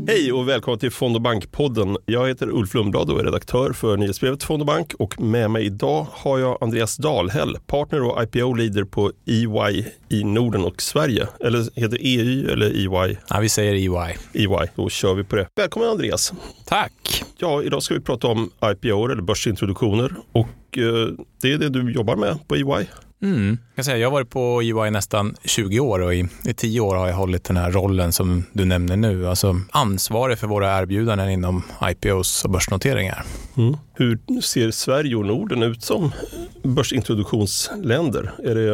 Hej och välkommen till Fond och Bankpodden. Jag heter Ulf Lundblad och är redaktör för nyhetsbrevet Fond och Bank. Och med mig idag har jag Andreas Dahlhäll, partner och IPO-leader på EY i Norden och Sverige. Eller heter EY eller EY? Ja, vi säger EY. EY, då kör vi på det. Välkommen Andreas. Tack. Ja, idag ska vi prata om IPO eller börsintroduktioner. Och det är det du jobbar med på EY. Jag har varit på EY nästan 20 år och i 10 år har jag hållit den här rollen som du nämner nu. Alltså ansvarig för våra erbjudanden inom IPOs och börsnoteringar. Hur ser Sverige och Norden ut som börsintroduktionsländer?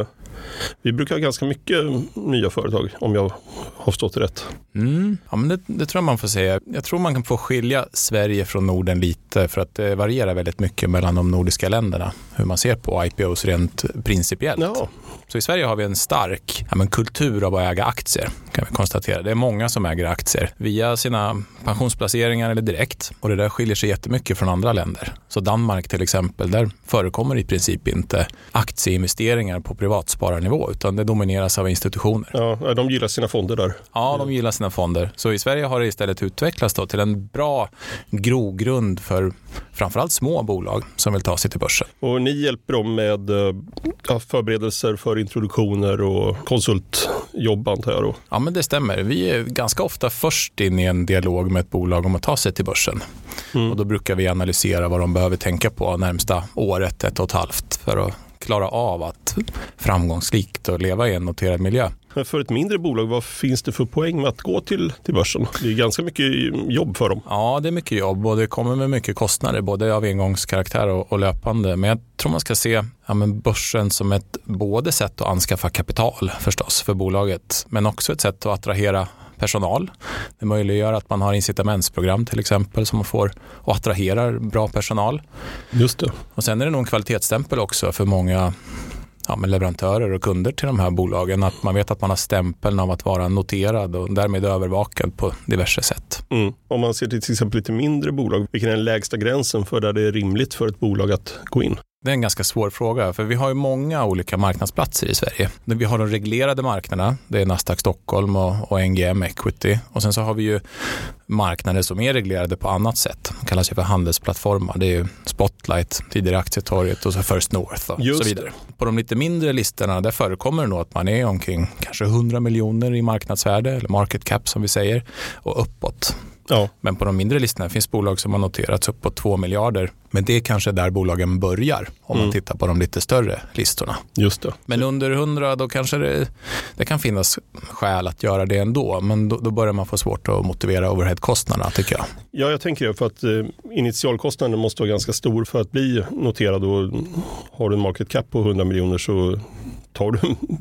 Vi brukar ha ganska mycket nya företag, om jag har förstått rätt. Ja, men det tror jag man får säga. Jag tror man kan få skilja Sverige från Norden lite för att det varierar väldigt mycket mellan de nordiska länderna. Hur man ser på IPOs rent principiellt. Ja. Så i Sverige har vi en stark kultur av att äga aktier, kan vi konstatera. Det är många som äger aktier via sina pensionsplaceringar eller direkt. Och det där skiljer sig jättemycket från andra länder. Så Danmark till exempel, där förekommer i princip inte aktieinvesteringar på privatspararnivå utan det domineras av institutioner. Ja, de gillar sina fonder där. Ja, de gillar sina fonder. Så i Sverige har det istället utvecklats till en bra grogrund för framförallt små bolag som vill ta sig till börsen. Och ni hjälper dem med förberedelser för introduktioner och konsultjobb antar jag då? Ja, men det stämmer. Vi är ganska ofta först in i en dialog med ett bolag om att ta sig till börsen. Och då brukar vi analysera vad de behöver tänka på närmsta året, 1,5 för att klara av att framgångsrikt och leva i en noterad miljö. Men för ett mindre bolag, vad finns det för poäng med att gå till börsen? Det är ganska mycket jobb för dem. Ja, det är mycket jobb och det kommer med mycket kostnader, både av engångskaraktär och löpande. Men jag tror man ska se börsen som ett både sätt att anskaffa kapital förstås för bolaget, men också ett sätt att attrahera personal. Det möjliggör att man har incitamentsprogram till exempel som man får och attraherar bra personal. Just det. Och sen är det nog en kvalitetsstämpel också för många leverantörer och kunder till de här bolagen, att man vet att man har stämpeln av att vara noterad och därmed övervakad på diverse sätt. Om man ser till exempel lite mindre bolag, vilken är den lägsta gränsen för där det är rimligt för ett bolag att gå in? Det är en ganska svår fråga, för vi har ju många olika marknadsplatser i Sverige. Vi har de reglerade marknaderna, det är Nasdaq Stockholm och NGM Equity. Och sen så har vi ju marknader som är reglerade på annat sätt. Det kallas ju för handelsplattformar. Det är ju Spotlight, tidigare Aktietorget och så First North och så vidare. På de lite mindre listorna där förekommer det nog att man är omkring kanske 100 miljoner i marknadsvärde eller market cap som vi säger och uppåt. Ja. Men på de mindre listorna finns bolag som har noterats upp på 2 miljarder. Men det är kanske där bolagen börjar om man tittar på de lite större listorna. Just det. Men under 100 då kanske det kan finnas skäl att göra det ändå. Men då börjar man få svårt att motivera overheadkostnaderna tycker jag. Ja, jag tänker det för att initialkostnaden måste vara ganska stor för att bli noterad och har du en market cap på 100 miljoner så tar du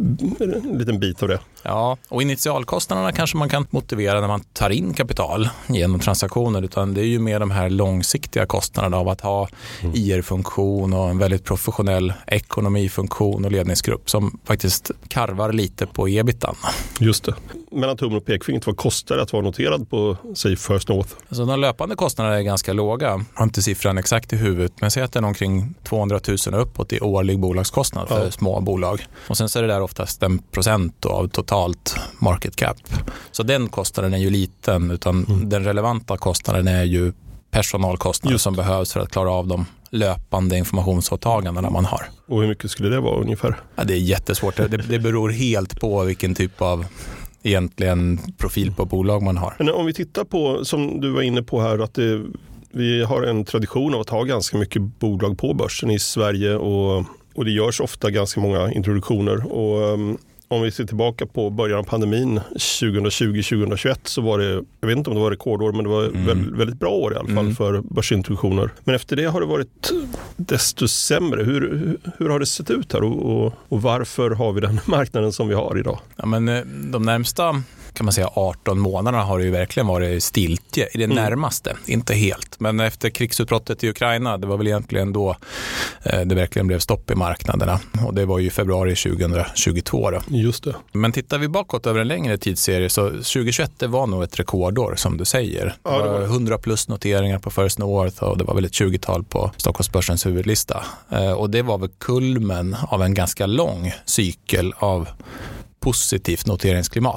en liten bit av det. Ja, och initialkostnaderna kanske man kan motivera när man tar in kapital genom transaktioner, utan det är ju mer de här långsiktiga kostnaderna av att ha IR-funktion och en väldigt professionell ekonomifunktion och ledningsgrupp som faktiskt karvar lite på ebitan. Just det. Mellan tummen och pekfingret, vad kostar det att vara noterad på, säg, First North? Alltså de löpande kostnaderna är ganska låga. Jag har inte siffran exakt i huvudet, men jag säger att det är omkring 200 000 uppåt i årlig bolagskostnad för små bolag. Och sen så är det där oftast 1% av totalt market cap. Så den kostnaden är ju liten, utan den relevanta kostnaden är ju personalkostnader som behövs för att klara av de löpande informationsåtagandena man har. Och hur mycket skulle det vara ungefär? Ja, det är jättesvårt. Det beror helt på vilken typ av egentligen profil på bolag man har. Men om vi tittar på, som du var inne på här, att vi har en tradition av att ha ganska mycket bolag på börsen i Sverige och det görs ofta ganska många introduktioner. Och om vi ser tillbaka på början av pandemin 2020-2021 så var det, jag vet inte om det var rekordår, men det var väldigt bra år i alla fall för börsintroduktioner. Men efter det har det varit desto sämre. Hur har det sett ut här och varför har vi den marknaden som vi har idag? Ja, men de närmsta kan man säga 18 månaderna har det ju verkligen varit stiltje i det närmaste, inte helt. Men efter krigsutbrottet i Ukraina, det var väl egentligen då det verkligen blev stopp i marknaderna. Och det var ju februari 2022 då. Just det. Men tittar vi bakåt över en längre tidsserie så 2021 det var nog ett rekordår som du säger. Ja, det var 100 plus noteringar på First North och det var väl ett 20-tal på Stockholmsbörsens huvudlista. Och det var väl kulmen av en ganska lång cykel av positivt noteringsklimat.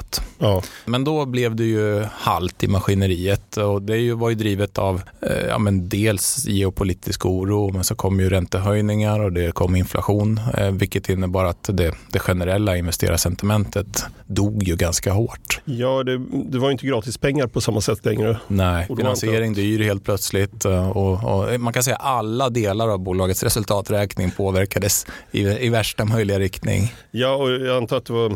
Ja. Men då blev det ju halt i maskineriet och det var ju drivet av dels geopolitisk oro, men så kom ju räntehöjningar och det kom inflation, vilket innebar att det generella investerarssentimentet dog ju ganska hårt. Ja, det var inte gratis pengar på samma sätt längre. Nej, finansiering dyr helt plötsligt och man kan säga alla delar av bolagets resultaträkning påverkades i värsta möjliga riktning. Ja, och jag antar att det var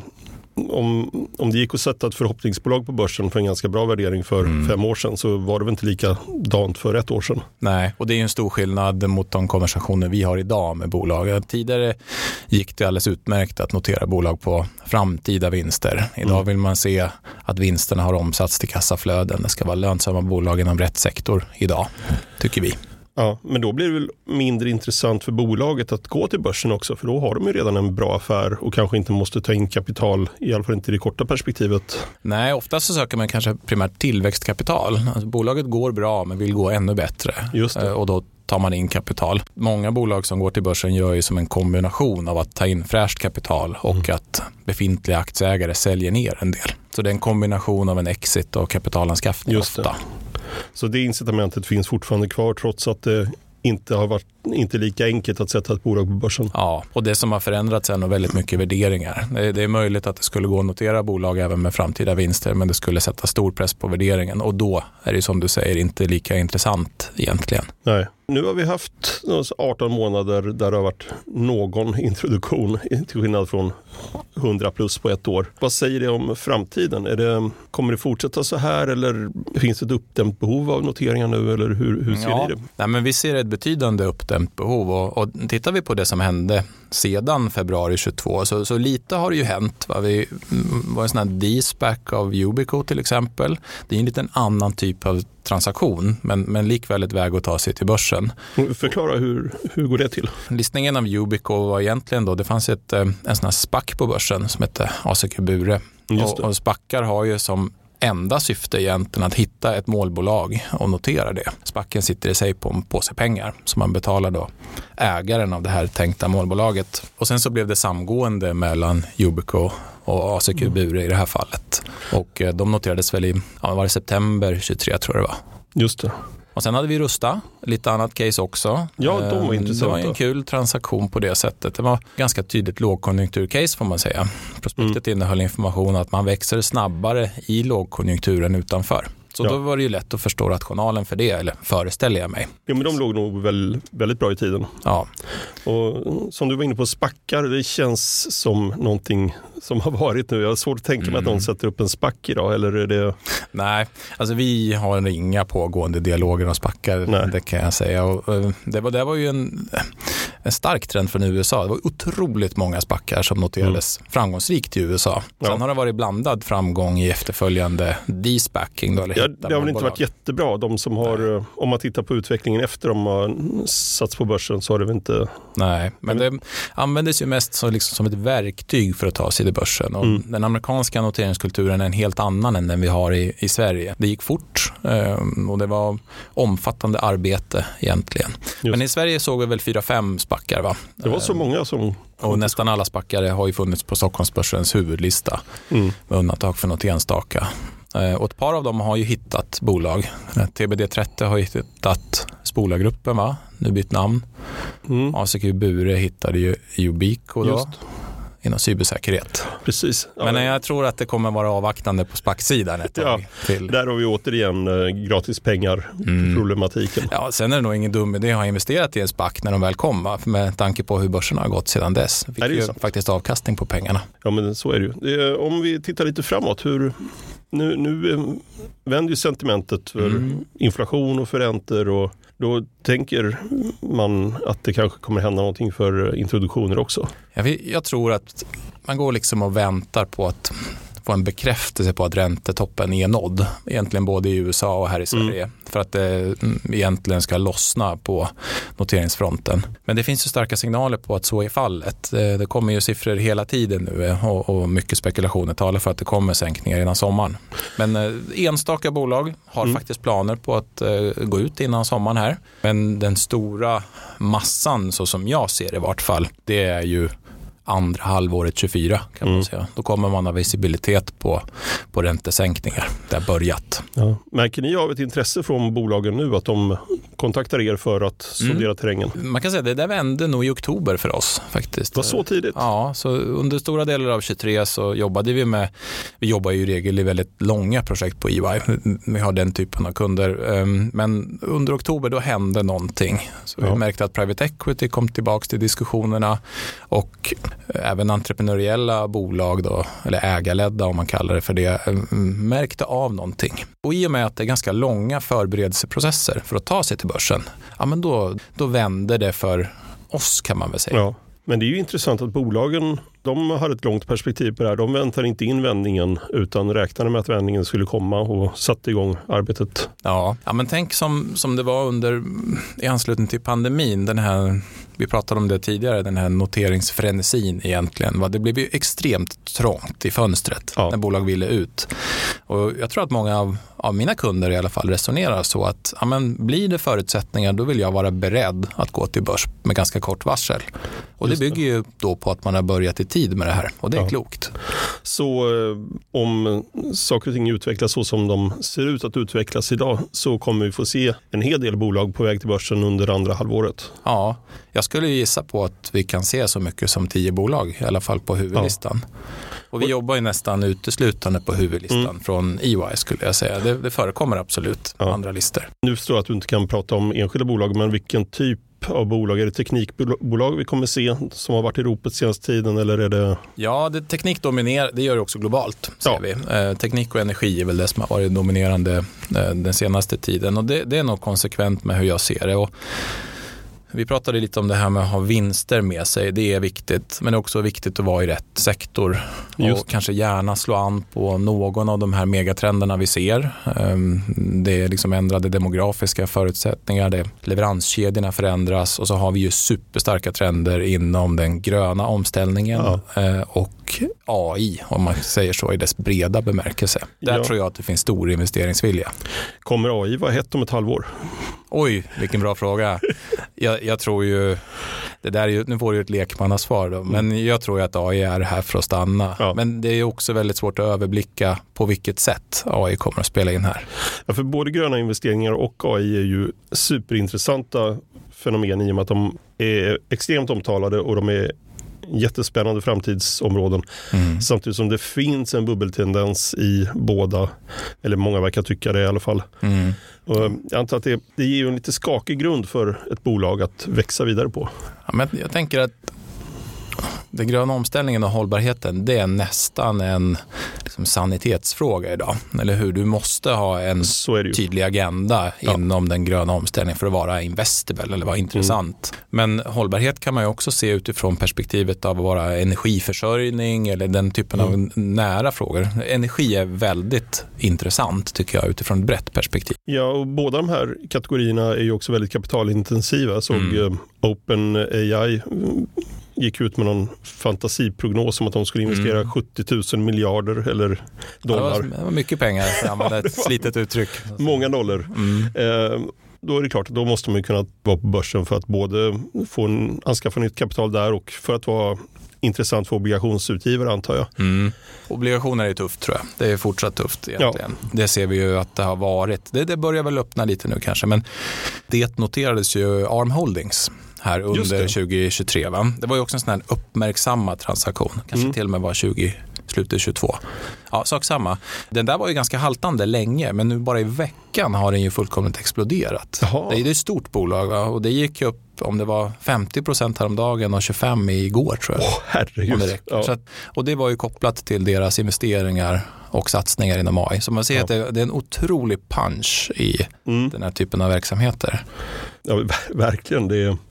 om det gick att sätta ett förhoppningsbolag på börsen för en ganska bra värdering för 5 år sedan, så var det väl inte likadant för 1 år sedan. Nej, och det är ju en stor skillnad mot de konversationer vi har idag med bolag. Tidigare gick det alldeles utmärkt att notera bolag på framtida vinster. Idag vill man se att vinsterna har omsatts till kassaflöden. Det ska vara lönsamma bolag inom rätt sektor idag, tycker vi. Ja, men då blir det väl mindre intressant för bolaget att gå till börsen också, för då har de ju redan en bra affär och kanske inte måste ta in kapital, i alla fall inte i det korta perspektivet. Nej, ofta så söker man kanske primärt tillväxtkapital. Alltså, bolaget går bra men vill gå ännu bättre. Just det. Och då tar man in kapital. Många bolag som går till börsen gör ju som en kombination av att ta in fräscht kapital och att befintliga aktieägare säljer ner en del. Så det är en kombination av en exit och kapitalanskaffning. Just ofta. Det. Så det incitamentet finns fortfarande kvar trots att det inte har varit lika enkelt att sätta ett bolag på börsen. Ja, och det som har förändrats är nog väldigt mycket värderingar. Det är möjligt att det skulle gå att notera bolag även med framtida vinster, men det skulle sätta stor press på värderingen och då är det som du säger inte lika intressant egentligen. Nej. Nu har vi haft 18 månader där det har varit någon introduktion till skillnad från 100 plus på 1 år. Vad säger det om framtiden? Kommer det fortsätta så här eller finns det ett uppdämt behov av noteringar nu eller hur ser ni det? Nej, men vi ser ett betydande uppdämt behov och tittar vi på det som hände sedan februari 22 så lite har det ju hänt. Vi var en sån här de-SPAC av Yubico till exempel. Det är en liten annan typ av transaktion men likväl ett väg att ta sig till börsen. Förklara hur går det till? Listningen av Yubico var egentligen då, det fanns en sån här SPAC på börsen som hette ACQ Bure. Och SPACar har ju som enda syfte egentligen att hitta ett målbolag och notera det. SPACen sitter i sig på en påse pengar som man betalar då ägaren av det här tänkta målbolaget. Och sen så blev det samgående mellan Yubico och ACQ Bure i det här fallet. Och de noterades väl i september 23 tror jag det var. Just det. Och sen hade vi Rusta, lite annat case också. Ja, de var intressanta. Det var en kul transaktion på det sättet. Det var ganska tydligt lågkonjunkturcase får man säga. Prospektet innehöll information att man växer snabbare i lågkonjunkturen utanför. Så då var det ju lätt att förstå rationalen för det, eller föreställer jag mig. Ja, men de låg nog väldigt bra i tiden. Ja. Och som du var inne på, SPACar, det känns som någonting som har varit nu. Jag har svårt att tänka mig att någon sätter upp en SPAC idag, eller är det... Nej, alltså vi har inga pågående dialoger om SPACar, det kan jag säga. Och det var ju en stark trend från USA. Det var otroligt många SPACar som noterades framgångsrikt i USA. Sen har det varit blandad framgång i efterföljande de-SPACing då, eller det har väl inte varit jättebra. De som har, om man tittar på utvecklingen efter de har satts på börsen så har det väl inte... Nej, men det användes ju mest som ett verktyg för att ta sig till börsen. Och den amerikanska noteringskulturen är en helt annan än den vi har i Sverige. Det gick fort och det var omfattande arbete egentligen. Men i Sverige såg vi väl 4-5 SPACar, va? Det var så många som... Och nästan alla SPACare har ju funnits på Stockholmsbörsens huvudlista med undantag för något enstaka. Och ett par av dem har ju hittat bolag. TBD30 har hittat Spolargruppen, va? Nu bytt namn. ACQ Bure hittade ju Yubico då. Inom cybersäkerhet. Precis. Ja, men jag tror att det kommer vara avvaktande på SPAC-sidan ett tag till. Där har vi återigen gratis pengar problematiken. Ja, sen är det nog ingen dum idé att ha investerat i en SPAC när de väl kom, va? Med tanke på hur börsen har gått sedan dess. Fick ju faktiskt avkastning på pengarna. Ja, men så är det ju. Om vi tittar lite framåt, nu vänder ju sentimentet för inflation och för räntor och då tänker man att det kanske kommer hända någonting för introduktioner också. Jag tror att man går liksom och väntar på att få en bekräftelse på att räntetoppen är nådd. Egentligen både i USA och här i Sverige. För att det egentligen ska lossna på noteringsfronten. Men det finns ju starka signaler på att så är fallet. Det kommer ju siffror hela tiden nu och mycket spekulationer talar för att det kommer sänkningar innan sommaren. Men enstaka bolag har faktiskt planer på att gå ut innan sommaren här. Men den stora massan, så som jag ser det i vart fall, det är ju andra halvåret 24 kan man säga. Då kommer man ha visibilitet på räntesänkningar. Det har börjat. Ja. Märker ni av ett intresse från bolagen nu att de kontaktar er för att sondera terrängen? Man kan säga att det där vände nog i oktober för oss faktiskt. Det var så tidigt? Ja, så under stora delar av 23 så jobbade vi jobbar ju i regel i väldigt långa projekt på EY. Vi har den typen av kunder. Men under oktober då hände någonting. Så vi märkte att private equity kom tillbaka till diskussionerna och även entreprenöriella bolag då, eller ägarledda om man kallar det för det, märkte av någonting. Och i och med att det är ganska långa förberedelseprocesser för att ta sig till börsen, ja men då vände det för oss kan man väl säga. Ja. Men det är ju intressant att bolagen, de har ett långt perspektiv på det här. De väntar inte in vändningen utan räknade med att vändningen skulle komma och satte igång arbetet. Ja men tänk som det var i anslutning till pandemin, vi pratade om det tidigare, den här noteringsfrenesin egentligen. Det blev ju extremt trångt i fönstret när bolag ville ut. Och jag tror att många av mina kunder i alla fall resonerar så att blir det förutsättningar då vill jag vara beredd att gå till börs med ganska kort varsel. Och det bygger ju då på att man har börjat i tid med det här och det är klokt. Så om saker och ting utvecklas så som de ser ut att utvecklas idag så kommer vi få se en hel del bolag på väg till börsen under andra halvåret. Ja, jag skulle gissa på att vi kan se så mycket som 10 bolag i alla fall på huvudlistan. Ja. Och vi jobbar ju nästan uteslutande på huvudlistan från EY skulle jag säga. Det förekommer absolut andra listor. Nu förstår jag att du inte kan prata om enskilda bolag, men vilken typ av bolag? Är det teknikbolag vi kommer se som har varit i ropet senaste tiden eller är det? Ja, teknik dominerar, det gör det också globalt ser vi. Teknik och energi är väl det som har varit dominerande den senaste tiden och det är nog konsekvent med hur jag ser det. Och vi pratade lite om det här med att ha vinster med sig. Det är viktigt, men det är också viktigt att vara i rätt sektor. Och kanske gärna slå an på någon av de här megatrenderna vi ser. Det är liksom ändrade demografiska förutsättningar. Leveranskedjorna förändras och så har vi ju superstarka trender inom den gröna omställningen och AI, om man säger så, i dess breda bemärkelse. Där tror jag att det finns stor investeringsvilja. Kommer AI vara hett om ett halvår? Oj, vilken bra fråga. Jag tror ju, det där är ju, nu får du ett lekmannasvar då, men jag tror ju att AI är här för att stanna. Ja. Men det är också väldigt svårt att överblicka på vilket sätt AI kommer att spela in här. Ja, för både gröna investeringar och AI är ju superintressanta fenomen i och med att de är extremt omtalade och de är jättespännande framtidsområden. Samtidigt som det finns en bubbeltendens i båda, eller många verkar tycka det i alla fall. Och jag antar att det ger ju en lite skakig grund för ett bolag att växa vidare på. Ja, men jag tänker att den gröna omställningen och hållbarheten, det är nästan en sanitetsfråga idag. Eller hur? Du måste ha en tydlig agenda inom den gröna omställningen för att vara investable eller vara intressant. Men hållbarhet kan man ju också se utifrån perspektivet av att vara energiförsörjning eller den typen av nära frågor. Energi är väldigt intressant tycker jag utifrån ett brett perspektiv. Ja, och båda de här kategorierna är ju också väldigt kapitalintensiva. Så OpenAI gick ut med någon fantasiprognos om att de skulle investera 70 000 miljarder eller dollar. Det var mycket pengar för att använda ett slitet uttryck. Många nollor. Då är det klart att då måste man kunna vara på börsen för att både anskaffa nytt kapital där och för att vara intressant för obligationsutgivare antar jag. Obligationer är tufft tror jag. Det är fortsatt tufft egentligen. Ja. Det ser vi ju att det har varit. Det börjar väl öppna lite nu kanske, men det noterades ju ARM Holdings här under 2023. Va? Det var ju också en sån här uppmärksammad transaktion. Kanske till och med var slutet 22. Ja, sak samma. Den där var ju ganska haltande länge, men nu bara i veckan har den ju fullkomligt exploderat. Jaha. Det är ett stort bolag va? Och det gick upp om det var 50% häromdagen och 25% igår tror jag. Herregud. Och det var ju kopplat till deras investeringar och satsningar inom AI. Så man ser att det är en otrolig punch i den här typen av verksamheter. Ja, verkligen.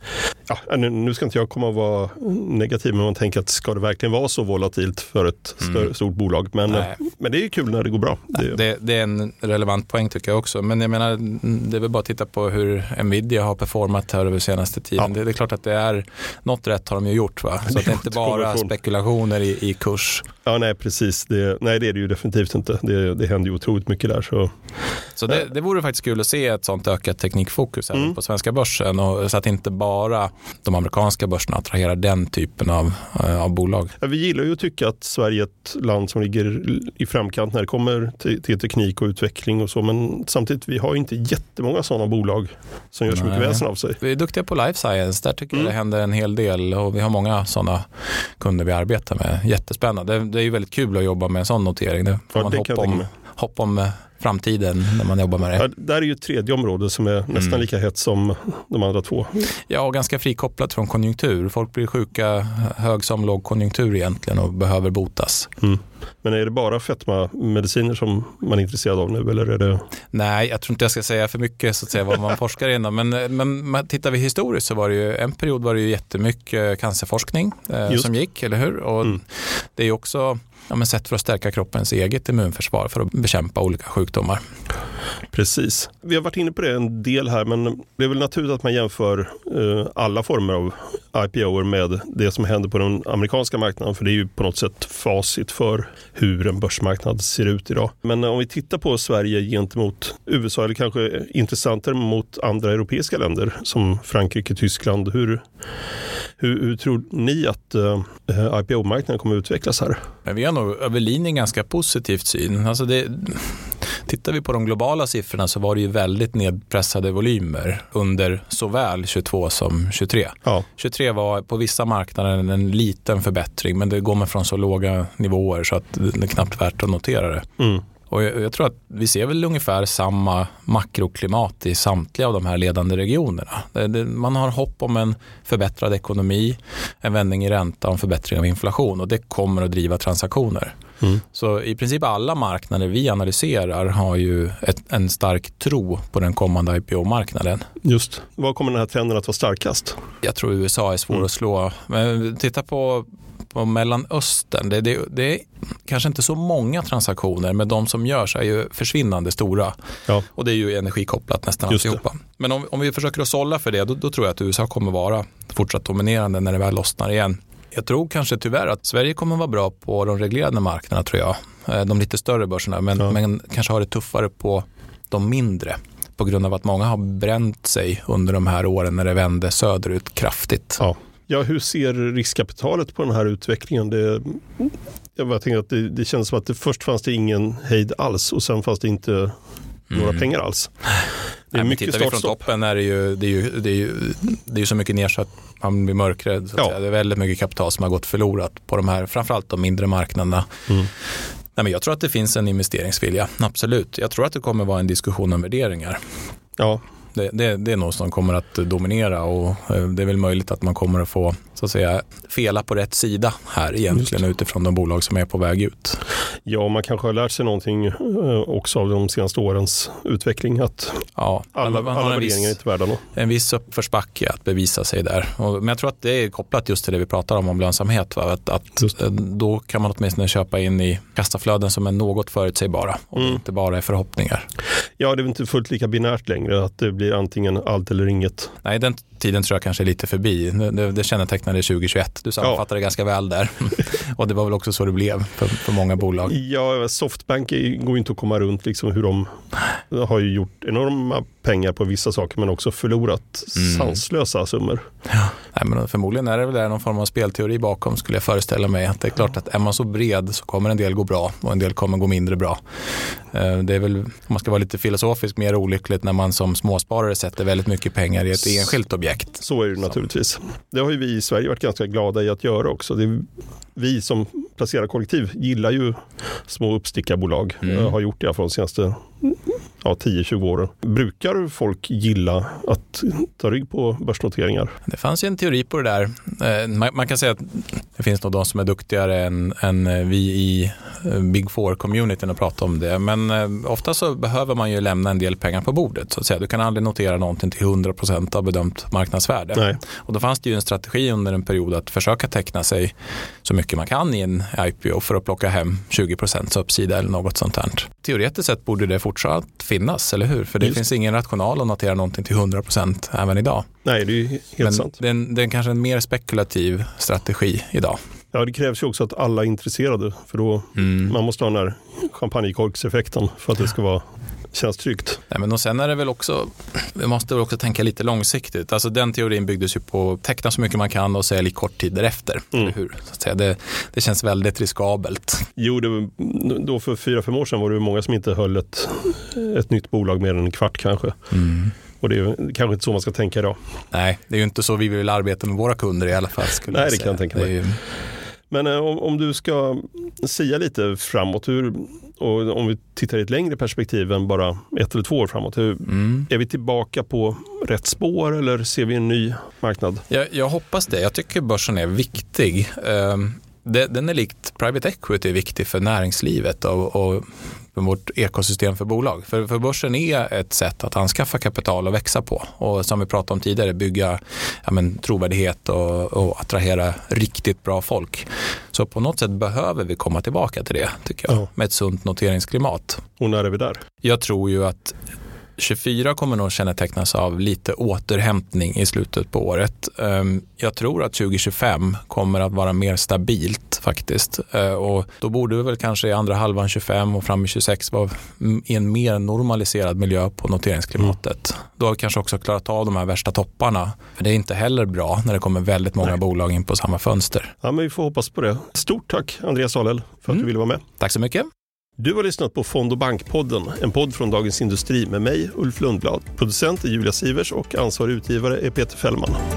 Nu ska inte jag komma att vara negativ, men man tänker att ska det verkligen vara så volatilt för ett stort bolag? Men det är ju kul när det går bra. Det är en relevant poäng tycker jag också. Men jag menar, det är väl bara att titta på hur Nvidia har performat här över senaste tiden. Ja. Det är klart att det är något rätt har de ju gjort va? Så att det inte bara spekulationer i kurs. Ja, nej precis. Det är det ju definitivt inte. Det händer ju otroligt mycket där. Så det vore faktiskt kul att se ett sånt ökat teknikfokus även på svenska börsen och så att inte bara de amerikanska börserna attraherar den typen av bolag. Ja, vi gillar ju att tycka att Sverige är ett land som ligger i framkant när det kommer till teknik och utveckling och så, men samtidigt vi har ju inte jättemånga sådana bolag som gör så mycket väsen av sig. Vi är duktiga på life science, där tycker jag det händer en hel del och vi har många sådana kunder vi arbetar med. Jättespännande. Det är ju väldigt kul att jobba med en sån notering. Det får man hopp om framtiden när man jobbar med det. Ja, där är ju ett tredje område som är nästan lika hett som de andra två. Ja, och ganska frikopplat från konjunktur. Folk blir sjuka hög som låg konjunktur egentligen och behöver botas. Men är det bara fetma-mediciner som man är intresserad av nu? Eller är det... Nej, jag tror inte jag ska säga för mycket så att säga vad man forskar inom. Men tittar vi historiskt så var det ju en period var det ju jättemycket cancerforskning som gick, eller hur? Och det är ju också sätt för att stärka kroppens eget immunförsvar för att bekämpa olika sjukdomar. Precis. Vi har varit inne på det en del här, men det är väl naturligt att man jämför alla former av IPO:er med det som händer på den amerikanska marknaden, för det är ju på något sätt facit för hur en börsmarknad ser ut idag. Men om vi tittar på Sverige gentemot USA, eller kanske intressantare mot andra europeiska länder som Frankrike, Tyskland, hur tror ni att IPO-marknaden kommer att utvecklas här? Men vi har nog överlinjen ganska positivt syn. Alltså tittar vi på de globala siffrorna så var det ju väldigt nedpressade volymer under såväl 22 som 23. Ja. 23 var på vissa marknader en liten förbättring, men det går från så låga nivåer så att det är knappt värt att notera det. Och jag tror att vi ser väl ungefär samma makroklimat i samtliga av de här ledande regionerna. Man har hopp om en förbättrad ekonomi, en vändning i ränta och en förbättring av inflation, och det kommer att driva transaktioner. Så i princip alla marknader vi analyserar har ju en stark tro på den kommande IPO-marknaden. Just. Vad kommer den här trenden att vara starkast? Jag tror USA är svår att slå. Men titta på Mellanöstern. Det är kanske inte så många transaktioner, men de som görs är ju försvinnande stora. Ja. Och det är ju energikopplat nästan alltihopa. Men om vi försöker att sålla för det, då tror jag att USA kommer vara fortsatt dominerande när det väl lossnar igen. Jag tror kanske tyvärr att Sverige kommer vara bra på de reglerade marknaderna, tror jag. De lite större börserna, men kanske har det tuffare på de mindre. På grund av att många har bränt sig under de här åren när det vände söderut kraftigt. Ja, hur ser riskkapitalet på den här utvecklingen? Jag tänker att det känns som att först fanns det ingen hejd alls och sen fanns det inte några pengar alls. Det är mycket tittar vi från toppen är det är ju så mycket ner så att man blir mörkrädd. Så att säga. Det är väldigt mycket kapital som har gått förlorat på de här, framförallt de mindre marknaderna. Nej, men jag tror att det finns en investeringsvilja, absolut. Jag tror att det kommer vara en diskussion om värderingar. Ja. Det är något som kommer att dominera, och det är väl möjligt att man kommer att få, så att säga, fela på rätt sida här egentligen utifrån de bolag som är på väg ut. Ja, man kanske har lärt sig någonting också av de senaste årens utveckling, att alla värderingar är inte värda något. En viss uppförsbacke att bevisa sig där. Men jag tror att det är kopplat just till det vi pratar om lönsamhet. Va? Att då kan man åtminstone köpa in i kassaflöden som är något förutsägbara och inte bara är förhoppningar. Ja, det är inte fullt lika binärt längre att det blir antingen allt eller inget. Nej, den tiden tror jag kanske är lite förbi. Det kännetecknade 2021. Du sammanfattade det ganska väl där. Och det var väl också så det blev för många bolag. Ja, Softbank går inte att komma runt liksom hur de har ju gjort enorma pengar på vissa saker men också förlorat sanslösa summor. Ja. Nej, men förmodligen är det väl någon form av spelteori bakom, skulle jag föreställa mig. Att det är klart att är man så bred så kommer en del gå bra och en del kommer gå mindre bra. Det är väl, om man ska vara lite filosofisk, mer olyckligt när man som småsparare sätter väldigt mycket pengar i ett enskilt objekt. Så är det naturligtvis. Det har ju vi i Sverige varit ganska glada i att göra också. Det är vi som placerar kollektiv gillar ju små uppstickarbolag. Har gjort det från de senaste 10-20 åren. Brukar folk gilla att ta rygg på börsnoteringar? Det fanns ju en teori på det där. Man kan säga att det finns nog de som är duktigare än vi i Big Four-communityn att prata om det. Men ofta så behöver man ju lämna en del pengar på bordet. Så att säga. Du kan aldrig notera någonting till 100% av bedömt marknadsvärde. Nej. Och då fanns det ju en strategi under en period att försöka teckna sig så mycket man kan i en IPO för att plocka hem 20% uppsida eller något sånt här. Teoretiskt sett borde det fortsatt finnas, eller hur? För det finns ingen rational att notera någonting till 100% även idag. Nej, det är ju helt sant. Det är kanske en mer spekulativ strategi idag. Ja, det krävs ju också att alla är intresserade, för då man måste ha den här champagnekorkseffekten för att det ska vara känns tryggt. Nej, men och sen är det väl också, vi måste väl också tänka lite långsiktigt. Alltså den teorin byggdes ju på att teckna så mycket man kan och sälja kort tid därefter. Eller hur? Så att säga, det känns väldigt riskabelt. Jo, då för 4-5 år sedan var det många som inte höll ett nytt bolag mer än en kvart kanske. Och det är kanske inte så man ska tänka idag. Nej, det är ju inte så vi vill arbeta med våra kunder i alla fall. Nej, det kan jag tänka mig. Men om du ska säga lite framåt, och om vi tittar i ett längre perspektiv än bara 1 eller 2 år framåt, är vi tillbaka på rätt spår eller ser vi en ny marknad? Jag hoppas det. Jag tycker börsen är viktig. Den är likt private equity är viktig för näringslivet och för vårt ekosystem för bolag. För börsen är ett sätt att anskaffa kapital och växa på. Och som vi pratade om tidigare, bygga trovärdighet och attrahera riktigt bra folk. Så på något sätt behöver vi komma tillbaka till det, tycker jag. Med ett sunt noteringsklimat. Och när är vi där? Jag tror ju att 24 kommer nog kännetecknas av lite återhämtning i slutet på året. Jag tror att 2025 kommer att vara mer stabilt faktiskt. Och då borde vi väl kanske i andra halvan 25 och fram i 26 vara i en mer normaliserad miljö på noteringsklimatet. Då har vi kanske också klarat av de här värsta topparna. För det är inte heller bra när det kommer väldigt många bolag in på samma fönster. Ja, men vi får hoppas på det. Stort tack Andreas Ahlell för att du ville vara med. Tack så mycket. Du har lyssnat på Fond- och bankpodden, en podd från Dagens Industri med mig, Ulf Lundblad. Producent är Julia Sivers och ansvarig utgivare är Peter Fällman.